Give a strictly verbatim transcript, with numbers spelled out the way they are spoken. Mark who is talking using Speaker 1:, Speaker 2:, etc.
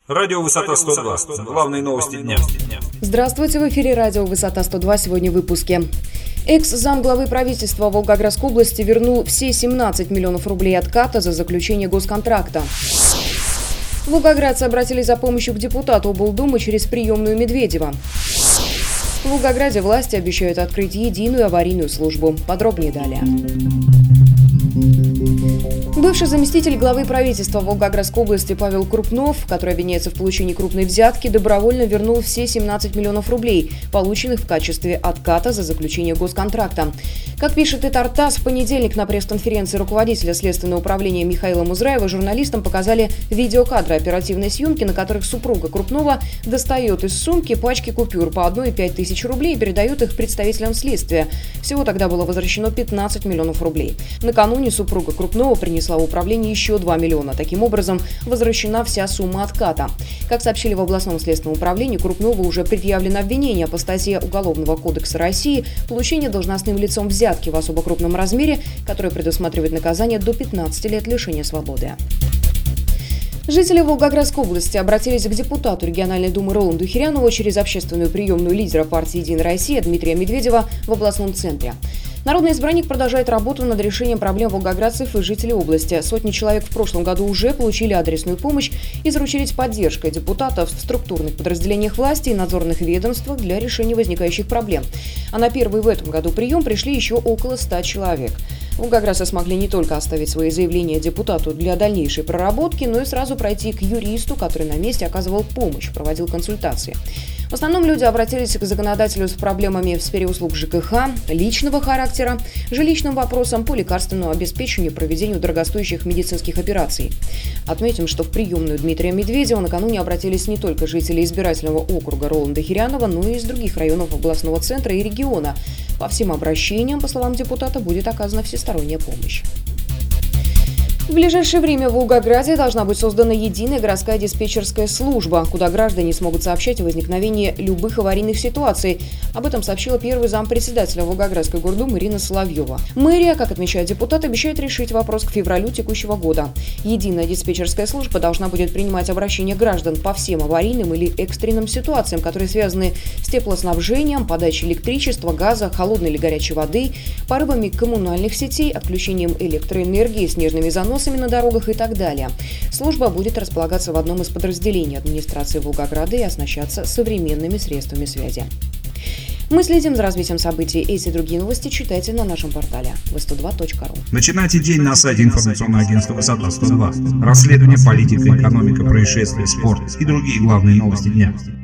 Speaker 1: Радио «Высота сто два». Главные новости дня.
Speaker 2: Здравствуйте, в эфире радио «Высота сто два». Сегодня в выпуске. Экс-замглавы правительства Волгоградской области вернул все семнадцать миллионов рублей отката за заключение госконтракта. Волгоградцы обратились за помощью к депутату облдумы через приемную Медведева. В Волгограде власти обещают открыть единую аварийную службу. Подробнее далее. Бывший заместитель главы правительства Волгоградской области Павел Крупнов, который обвиняется в получении крупной взятки, добровольно вернул все семнадцать миллионов рублей, полученных в качестве отката за заключение госконтракта. Как пишет Итартас, в понедельник на пресс-конференции руководителя Следственного управления Михаила Музраева журналистам показали видеокадры оперативной съемки, на которых супруга Крупнова достает из сумки пачки купюр по одной и пять тысяч рублей и передает их представителям следствия. Всего тогда было возвращено пятнадцать миллионов рублей. Накануне супруга Крупнова принесла в управление еще два миллиона. Таким образом, возвращена вся сумма отката. Как сообщили в областном следственном управлении, Крупнову уже предъявлено обвинение по статье Уголовного кодекса России «Получение должностным лицом взятки в особо крупном размере», которое предусматривает наказание до пятнадцати лет лишения свободы. Жители Волгоградской области обратились к депутату региональной думы Роланду Хирянову через общественную приемную лидера партии «Единая Россия» Дмитрия Медведева в областном центре. Народный избранник продолжает работу над решением проблем волгоградцев и жителей области. Сотни человек в прошлом году уже получили адресную помощь и заручились поддержкой депутатов в структурных подразделениях власти и надзорных ведомствах для решения возникающих проблем. А на первый в этом году прием пришли еще около ста человек. Волгоградцы смогли не только оставить свои заявления депутату для дальнейшей проработки, но и сразу пройти к юристу, который на месте оказывал помощь, проводил консультации. В основном люди обратились к законодателю с проблемами в сфере услуг ЖКХ, личного характера, жилищным вопросам, по лекарственному обеспечению и проведению дорогостоящих медицинских операций. Отметим, что в приемную Дмитрия Медведева накануне обратились не только жители избирательного округа Роланда Хирянова, но и из других районов областного центра и региона. По всем обращениям, по словам депутата, будет оказана всесторонняя помощь. В ближайшее время в Волгограде должна быть создана единая городская диспетчерская служба, куда граждане смогут сообщать о возникновении любых аварийных ситуаций. Об этом сообщила первый зампредседателя Волгоградской гордумы Ирина Соловьева. Мэрия, как отмечает депутат, обещает решить вопрос к февралю текущего года. Единая диспетчерская служба должна будет принимать обращения граждан по всем аварийным или экстренным ситуациям, которые связаны с теплоснабжением, подачей электричества, газа, холодной или горячей воды, порывами коммунальных сетей, отключением электроэнергии, снежными заносами на дорогах и так далее. Служба будет располагаться в одном из подразделений администрации Волгограда и оснащаться современными средствами связи. Мы следим за развитием событий. Эти и другие новости читайте на нашем портале вэ сто два точка ру.
Speaker 3: Начинайте день на сайте информационного агентства «Высота сто два». Расследование, политика, экономика, происшествия, спорт и другие главные новости дня.